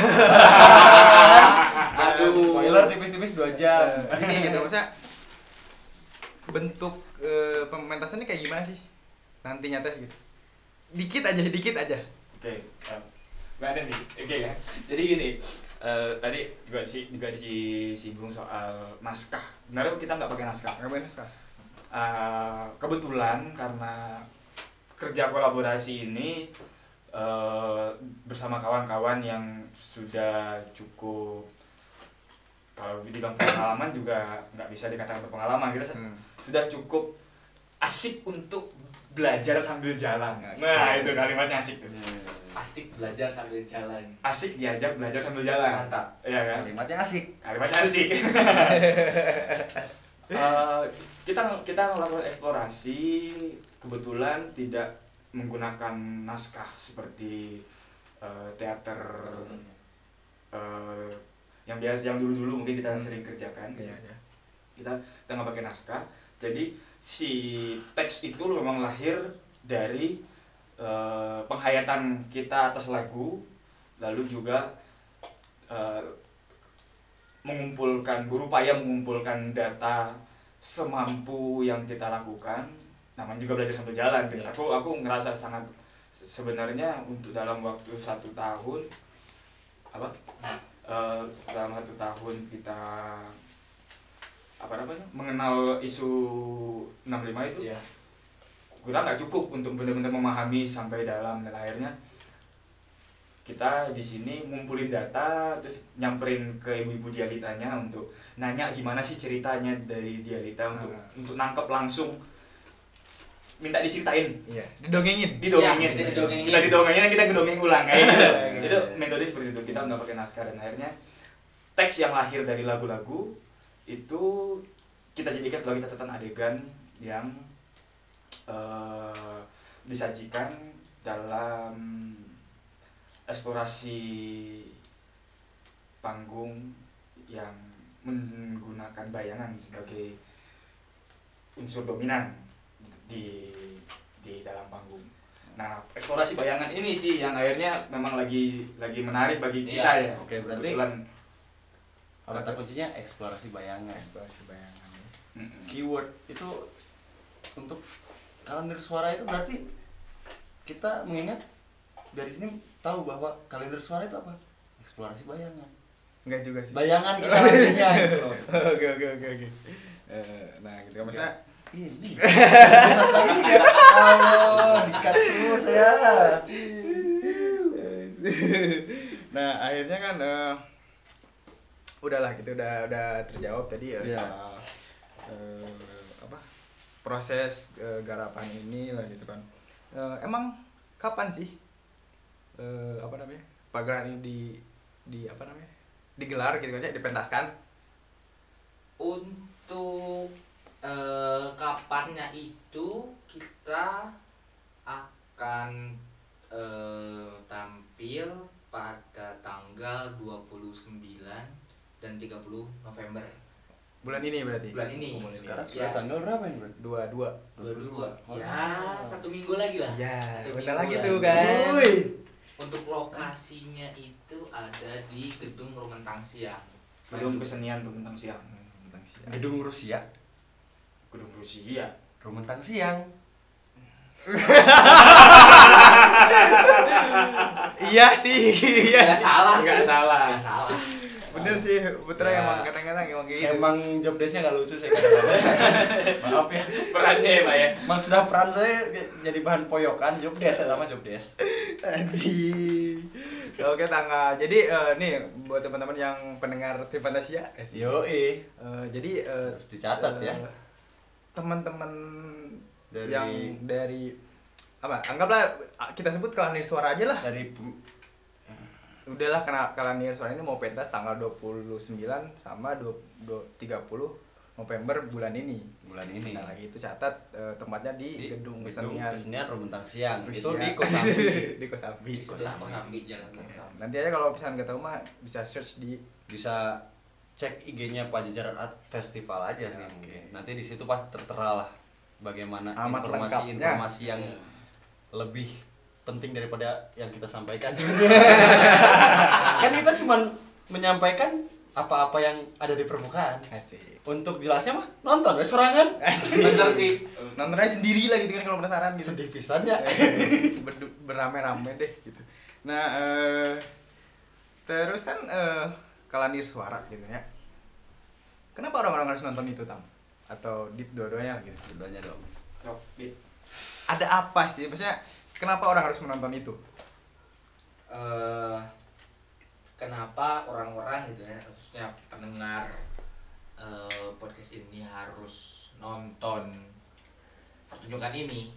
Aduh. Spoiler tipis-tipis dua jam. Eh, Ini gitu maksudnya bentuk eh, pementasannya kayak gimana sih nantinya teh gitu. Dikit aja, dikit aja. Oke, um, nggak ada nih. Oke ya. Jadi gini, eh, tadi juga si juga disinggung soal naskah. Benar kita nggak pakai naskah. Ngapain naskah? Eh, kebetulan karena kerja kolaborasi ini eh, bersama kawan-kawan yang sudah cukup, kalau dibilang pengalaman juga nggak bisa dikatakan berpengalaman, kita Hmm. sudah cukup asik untuk belajar sambil jalan. Oke. Nah itu kalimatnya asik tuh. Asik belajar sambil jalan. Asik diajak belajar sambil jalan. Mantap. Iya kan? Kalimatnya asik. Kalimatnya asik. Eh, kita kita melakukan eksplorasi, kebetulan tidak menggunakan naskah seperti eh, teater eh, yang biasa, yang dulu-dulu mungkin kita sering kerjakan. Iya, iya. Kita kita nggak pakai naskah. Jadi si teks itu memang lahir dari eh, penghayatan kita atas lagu, lalu juga eh, mengumpulkan, berupaya mengumpulkan data semampu yang kita lakukan. Namanya juga belajar sambil jalan gitu. Iya. Aku aku ngerasa sangat se- sebenarnya untuk dalam waktu satu tahun apa eh, dalam satu tahun kita apa namanya mengenal isu enam puluh lima itu, Iya. kita nggak cukup untuk benar-benar memahami sampai dalam, dan akhirnya kita di sini ngumpulin data, terus nyamperin ke ibu-ibu Dialitanya untuk nanya gimana sih ceritanya dari Dialita, untuk Ah. untuk nangkep langsung, minta diceritain, Iya, didongengin. didongengin, Iya, kita didongengin. kita didongengin, kita ngedongeng ulang kayak gitu. Iya. Itu metode seperti itu, kita nggak pakai naskah, dan akhirnya teks yang lahir dari lagu-lagu itu kita jadikan sebagai catatan adegan yang eh, disajikan dalam eksplorasi panggung yang menggunakan bayangan sebagai unsur dominan di di dalam panggung. Nah, eksplorasi bayangan ini sih yang akhirnya memang lagi lagi menarik bagi kita Iya. ya. Oke, berarti Kebetulan, kata kuncinya eksplorasi bayangan. Eksplorasi bayangan. mm-mm. Keyword itu untuk kalender suara itu berarti kita mengingat dari sini tahu bahwa kalender suara itu apa? Eksplorasi bayangan. Enggak juga sih. Bayangan kita nantinya gitu loh. Oke oke oke oke. Eh, nah, gitu kan maksudnya Ini. Ya Allah, dikat terus ya. nah, akhirnya kan eh, udahlah gitu, udah udah terjawab tadi ya Iya. soal eh, apa proses eh, garapan ini lah gitu kan. Eh, emang kapan sih eh, apa namanya pagelaran ini di di apa namanya digelar gitu kan ya, dipentaskan? Untuk eh, kapannya itu kita akan eh, tampil pada tanggal dua puluh sembilan dan tiga puluh November Bulan ini berarti. bulan ini. Oh, bulan ini. Sekarang Ya, sudah tanggal berapa ini berarti? Dua dua. dua puluh dua. Oh. Ya, satu minggu lagi lah. Ya, Satu bentar minggu lagi tuh kan. Woi. Untuk lokasinya itu ada di Gedung Rumentang Siang. Gedung kesenian Rumentang Siang. Tentang siang. Gedung Rusia, Gedung Rusia. Rumentang Siang. Iya sih, iya Nggak sih. salah sih. Nggak salah. Nggak salah. Bener sih, Putra Ya. emang kadang-kadang emang kayak gitu. Emang job desk-nya nggak lucu sih kadang-kadang. Maaf ya. Perannya ya, Pak ya. Emang sudah peran saya jadi bahan poyokan, job desk sama job desk. Anjing. Oke tangga. Jadi eh, nih buat teman-teman yang pendengar Trifantasia, eh, sih. Yo eh Eh, jadi eh, harus dicatat ya. eh, teman-teman Dari- yang dari apa? Anggaplah ah, kita sebut Kalanir Suara aja lah. Dari pem- Udahlah karena Kalanir Suara ini mau pentas tanggal dua puluh sembilan sama dua puluh tiga puluh November bulan ini. bulan ini Nah, lagi itu catat eh, tempatnya di, di Gedung Gedung Kesenian Kesenian Rumentang Siang. Rusia. Itu di Kosambi. di Kosambi. Di sebelah Kosambi Jalan Kosambi. Nanti aja kalau misalnya nggak tahu mah bisa search di Bisa cek I G-nya Pajajaran Art Festival aja sih Ya, mungkin. oke. Nanti di situ pasti tertera lah bagaimana Amat informasi-informasi yang Ya. lebih penting daripada yang kita sampaikan. Kan kita cuman menyampaikan apa-apa yang ada di permukaan. asik. Untuk jelasnya mah nonton wes sorangan. Bener sih. Nonton aja sendiri lah gitu kan kalau penasaran gitu. Sedih pisan ya. Ber- berame-rame deh gitu. Nah, eh, terus kan eh, Kalanir Suara gitu ya. Kenapa orang-orang harus nonton itu, Tam? Atau di dua-duanya gitu? Udah dong. Sok, Dit. Ada apa sih? Maksudnya kenapa orang harus menonton itu? eh kenapa orang-orang gitu ya, khususnya pendengar eh, podcast ini harus nonton pertunjukan ini?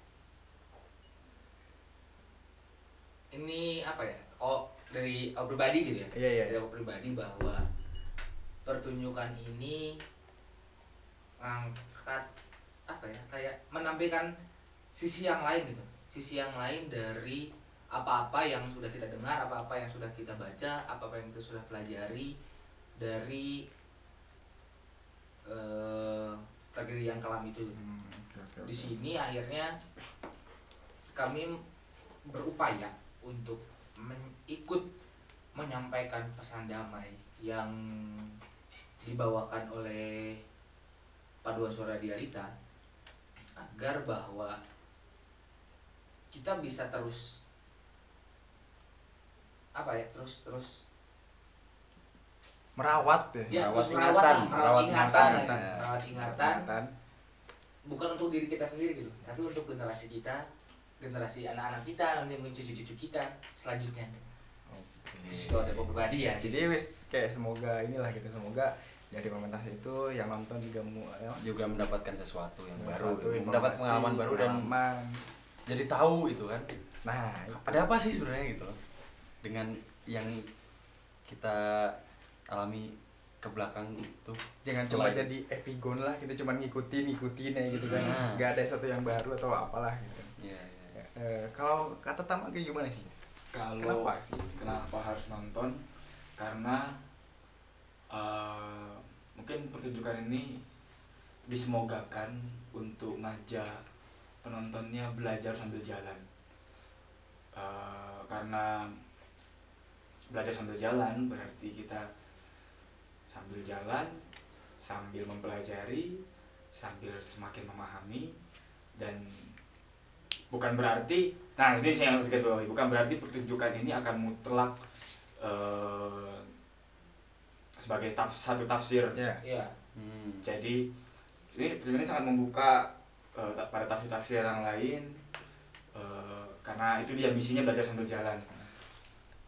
Ini apa ya? Oh, dari aku pribadi gitu ya. Iya, iya. Dari aku pribadi bahwa pertunjukan ini ngangkat apa ya? Kayak menampilkan sisi yang lain gitu. Sisi yang lain dari apa-apa yang sudah kita dengar, apa-apa yang sudah kita baca, apa-apa yang kita sudah pelajari dari eh tragedi yang kelam itu. Di sini akhirnya kami berupaya untuk men- ikut menyampaikan pesan damai yang dibawakan oleh Paduan Suara Dialita agar bahwa kita bisa terus apa ya terus terus Merawat ya. ya Merawat terus merawat ingatan, lah, merawat merawat ingatan, ingatan. lah, merawat ingatan Ingatan. bukan untuk diri kita sendiri gitu, tapi untuk generasi kita, generasi anak-anak kita, nanti mungkin cucu-cucu kita selanjutnya. Itu ada pribadi ya. Jadi wis kayak semoga inilah gitu, semoga dari pementas itu yang nonton juga mu, ya, Juga mendapatkan sesuatu yang baru, sesuatu gitu. mendapat informasi, pengalaman baru dan pengalaman. jadi tahu itu kan. Nah, Ada apa sih sebenarnya gitu loh dengan yang kita alami ke belakang itu. jangan cuma Selain- jadi epigon lah, kita cuma ngikutin ngikutin ya gitu kan. Nah. Gak ada satu yang baru atau apalah gitu. Iya, iya. Eh, kalau kata Tama kayak gimana sih? Kalau Kenapa sih? kenapa harus nonton? Karena eh, mungkin pertunjukan ini disemogakan untuk ngajak penontonnya belajar sambil jalan. Eh, karena belajar sambil jalan berarti kita sambil jalan, sambil mempelajari, sambil semakin memahami, dan bukan berarti, nah ini saya harus garis bawahi, bukan berarti pertunjukan ini akan mutlak eh, sebagai taf, satu tafsir. Ya. Iya. Hmm. Jadi ini pertunjukan ini sangat membuka eh, ta- pada tafsir-tafsir yang lain, eh, karena itu dia misinya belajar sambil jalan.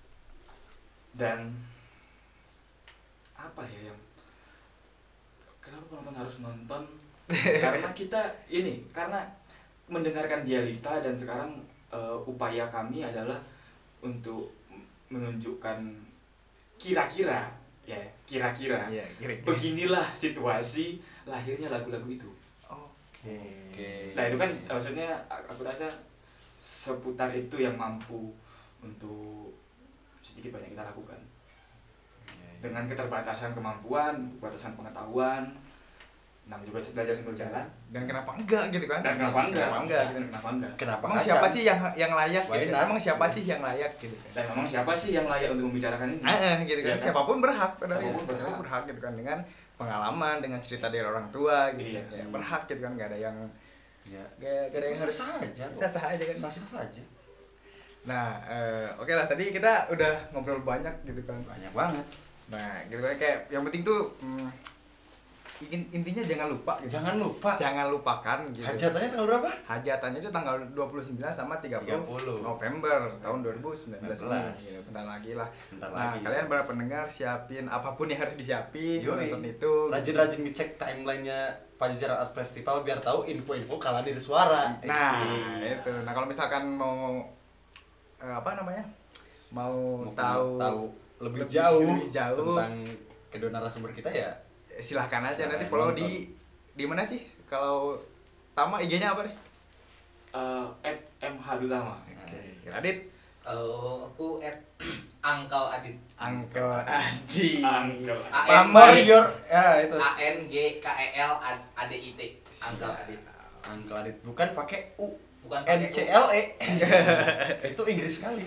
Dan apa ya yang kenapa penonton harus nonton? Karena kita ini, karena mendengarkan Dialita dan sekarang uh, upaya kami adalah untuk menunjukkan kira-kira ya kira-kira Iya, kira-kira. beginilah situasi lahirnya lagu-lagu itu. Oke. Oke. Nah itu kan maksudnya aku rasa seputar itu yang mampu untuk sedikit banyak kita lakukan dengan keterbatasan kemampuan, keterbatasan pengetahuan, namanya juga belajar sambil jalan. Dan kenapa enggak gitu kan? Dan kenapa enggak? Kenapa enggak gitu. Kenapa enggak? Kenapa Emang kacang? siapa sih yang yang layak Why gitu? not? Emang siapa sih yang layak gitu kan? Dan memang siapa sih yang layak untuk membicarakan ini? Eh, gitu kan. Iya kan? Siapapun berhak padahal. Siapapun Siapapun berhak. berhak gitu kan dengan pengalaman, dengan cerita dari orang tua gitu. Iya. Ya, berhak gitu kan, enggak ada yang Ya. enggak ada yang Itu harus sah-sah aja kok. sah-sah aja kan. Sah-sah saja. Nah, eh, oke lah tadi kita udah ngobrol banyak gitu kan. Banyak banget. Nah, gitu kan kayak yang penting tuh hmm, in- intinya jangan lupa gitu. Jangan lupa. Jangan lupakan gitu. Hajatannya tanggal berapa? Hajatannya itu tanggal dua puluh sembilan sama tiga puluh, tiga puluh. November tahun dua ribu sembilan belas ini. sembilan belas. Gitu, bentar lagi lah. Bentar Nah, lagi. kalian para pendengar siapin apapun yang harus disiapin Yoi. nonton itu. Rajin-rajin ngecek timelinenya Pajajaran Art Festival biar tahu info-info Kaladir Suara. Nah, itu. Nah, kalau misalkan mau eh, apa namanya? Mau, Mau tahu tahu lebih, lebih- jauh, lebih jauh tentang kedua narasumber kita ya silahkan aja Silahkan nanti follow nonton. di di mana sih? Kalau Tama I G-nya apa nih? Uh, at M H Dutama. Oke. Adit, Kalau aku at Angkal Adit. Uncle Aji. Uncle. A N Pamor G your ya itu A N G K E L A D I T. Angkal Adit. Angkel Adit bukan pakai U Bukan N pakai C U. L E itu Inggris sekali.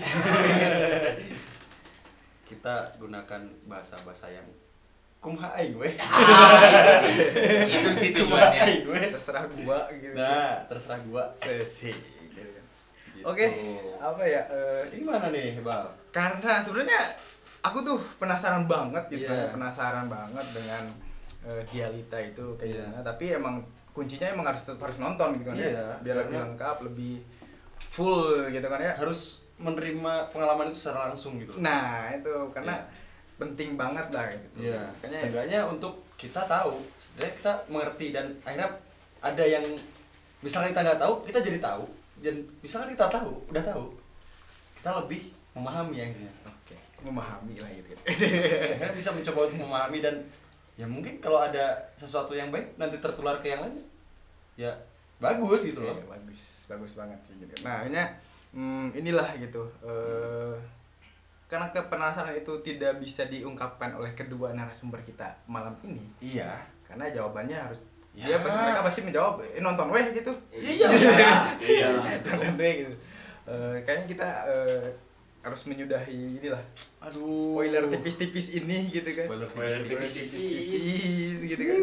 Kita gunakan bahasa-bahasa yang kumha aing gue. Ah, itu sih. Itu sih Kumha tujuannya. aing gue. Terserah gua gitu. Nah, terserah gua. sih. Gitu. Gitu. Oke, apa ya? eh, Gimana nih, Bang? karena sebenarnya aku tuh penasaran banget gitu Iya. kan, penasaran banget dengan eh, Dialita itu kayak Iya. gimana. Tapi emang kuncinya emang harus tetap harus nonton gitu kan Iya, ya. Biar lebih karena- lengkap, lebih full gitu kan ya. Harus menerima pengalaman itu secara langsung gitu. Nah, itu karena Iya. penting banget lah gitu. Iya, Makanya seenggaknya untuk kita tahu, sebenarnya kita mengerti dan akhirnya ada yang misalnya kita nggak tahu, kita jadi tahu. Dan misalnya kita tahu, udah tahu, kita lebih memahami akhirnya. oke, memahami lah gitu. Akhirnya bisa mencoba untuk memahami dan ya mungkin kalau ada sesuatu yang baik nanti tertular ke yang lain, ya bagus gitu loh. Iya, bagus, bagus banget sih gitu. Nah, ini hmm, inilah gitu. Eh, karena kepenasaran itu tidak bisa diungkapkan oleh kedua narasumber kita malam ini. Iya. Karena jawabannya harus Ya. dia pasti mereka pasti menjawab eh, nonton weh gitu. Iya. Iya. Nonton weh gitu. Eh, kayaknya kita eh, harus menyudahi inilah Aduh. spoiler tipis-tipis ini gitu kan. Spoiler Spoiler tipis-tipis. Tipis gitu kan.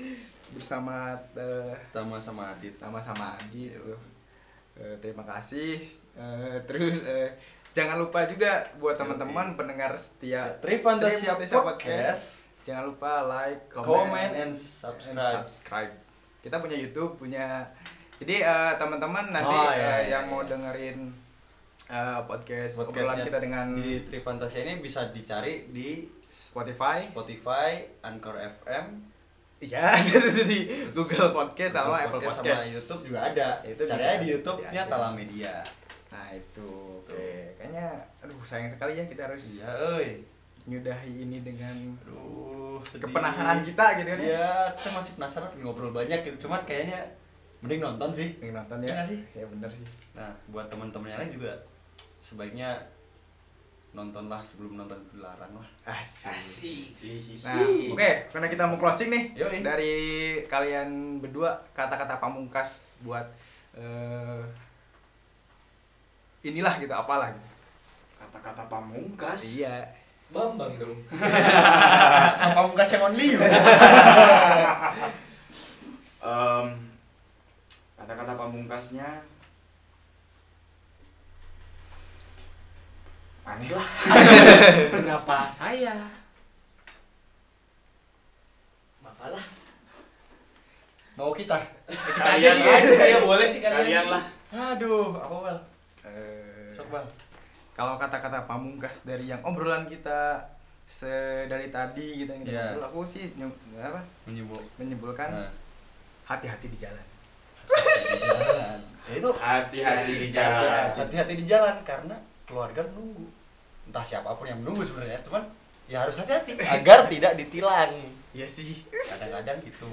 Bersama eh, Sama sama Adit. sama-sama Adi gitu. Eh, terima kasih. Eh, terus eh, jangan lupa juga buat teman-teman pendengar setia Trifantasia Trifantasia Podcast. Jangan lupa like, Comment comment, and and subscribe. subscribe. Kita punya YouTube, punya. Jadi eh, teman-teman nanti Oh, iya, eh, iya, yang iya. mau dengerin eh, podcast Podcastnya obrolan kita dengan di Trifantasia ini bisa dicari di Spotify, Spotify, Anchor F M, ya di Google Podcast sama Apple Podcast, Podcast sama YouTube juga ada. Itu Cari juga aja di YouTube-nya ada. Tala Media. Nah itu, oke. Kayaknya, aduh sayang sekali ya kita harus Iya, euy. nyudahi ini dengan Aduh, sedih. kepenasaran kita gitu kan ya. Iya, kita masih penasaran pengen ngobrol banyak gitu. Cuman kayaknya mending nonton sih. Pengen nonton Iya ya. nggak sih? Ya bener sih. Nah, buat teman-teman yang lain juga sebaiknya nontonlah sebelum nonton itu dilarang lah. Asik. Asik. Nah, oke, karena kita mau closing nih Yoi. dari kalian berdua kata-kata pamungkas buat eh, inilah gitu apalah gitu. Kata-kata pamungkas. Iya. Bambang dong. Pamungkas yang only you. Em, kata-kata pamungkasnya aneh lah. Kenapa saya? Bapak lah. Mau kita? Kalian sih. lah. Ya boleh sih kalian. Kalian sih. lah. Aduh, apa bal? Eh, Sok bal. kalau kata-kata pamungkas dari yang obrolan kita se dari tadi gitu yang Iya. ngobrol, aku sih nyum- apa Menyibuk. menyimpulkan Nah, hati-hati di jalan. di jalan. Ya itu Hati-hati di jalan. hati-hati di jalan karena keluarga menunggu. Entah siapapun yang menunggu sebenarnya, cuman ya harus hati-hati agar tidak ditilang. Iya sih. Kadang-kadang gitu.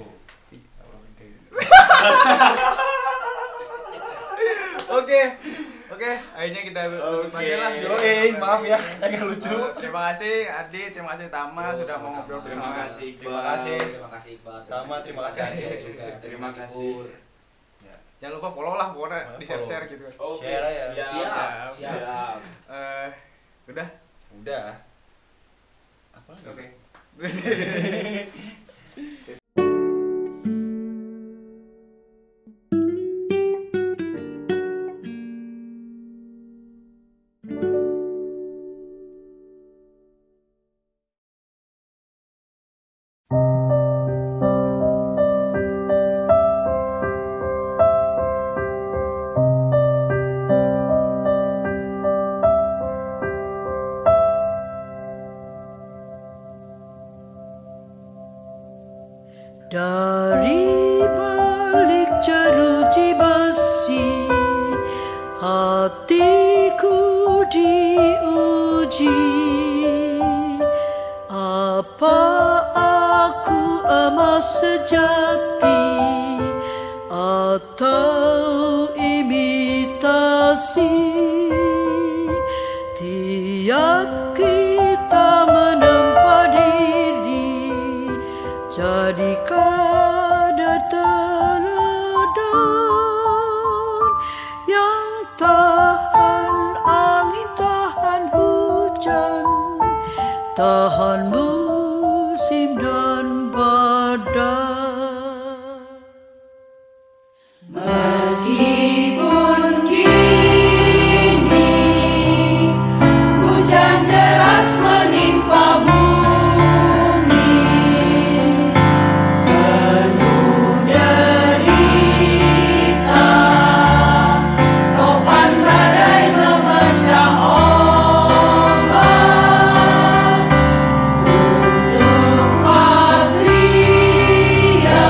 Oke. Oke, akhirnya kita tutup Oke. aja lah. Yoi, maaf ya, saya nggak lucu. Eh, Terima kasih Adi, terima kasih Tama Yo, sudah mau sama-sama. ngobrol Terima bersama. kasih. Terima kasih. Terima kasih Iqbal. Sama, terima kasih. Anda juga. Terima kasih. Pur. Jangan lupa follow lah pokoknya Follow. di share-share gitu. Oke, Share aja. siap. Siap, Siap. siap. Eh, udah. Udah. Apa lagi? Oke. Dari balik jeruji besi, hatiku diuji. Apa aku emas sejati atau imitasi? Tiap kita menempa diri jadi kada teladan yang tahan angin, tahan hujan, tahan musim dan badai. Meskipun kini hujan deras menimpa bumi, penuh derita, topan badai memecah ombak, untuk patria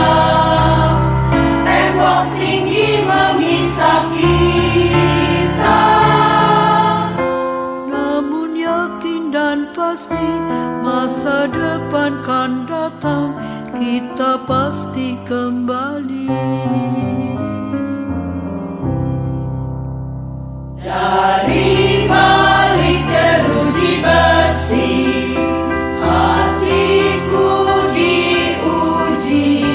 tembok tinggi memisah kita. Namun yakin dan pasti masa depan kan datang, kita pasti kembali. Dari balik jeruji besi, hatiku diuji.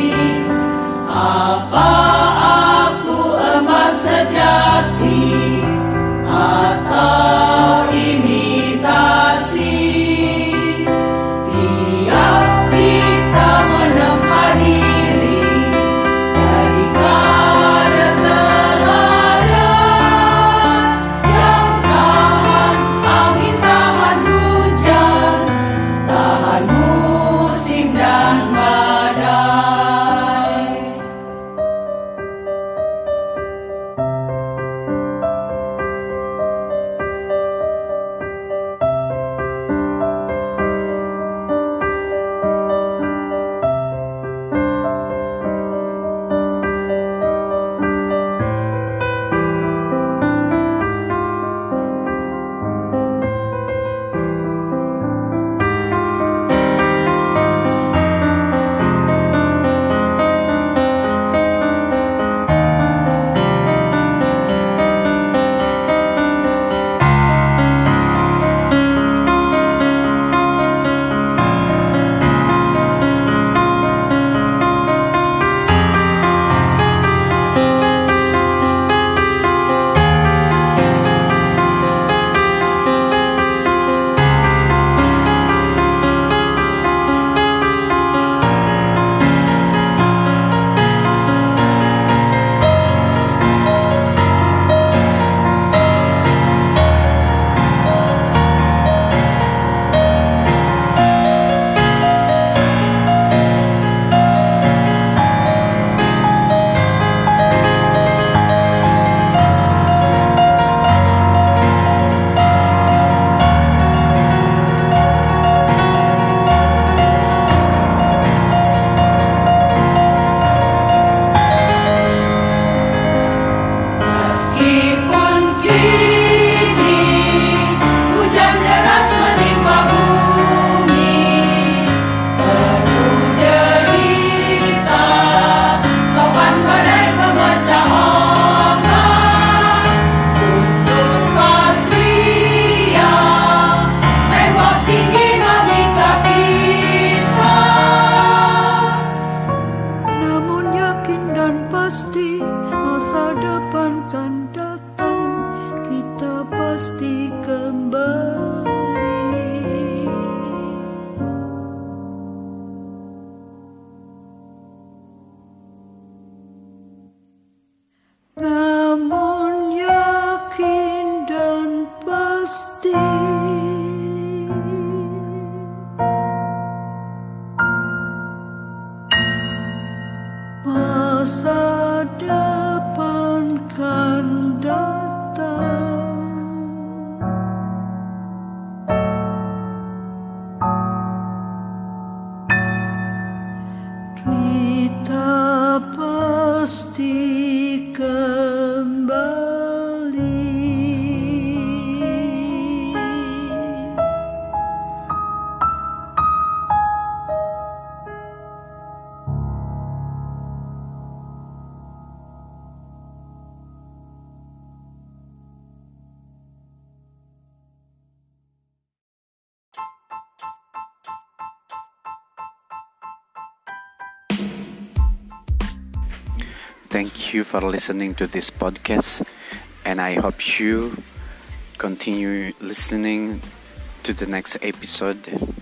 Apa aku emas sejati atau imitasi? thank you for listening to this podcast, and I hope you continue listening to the next episode.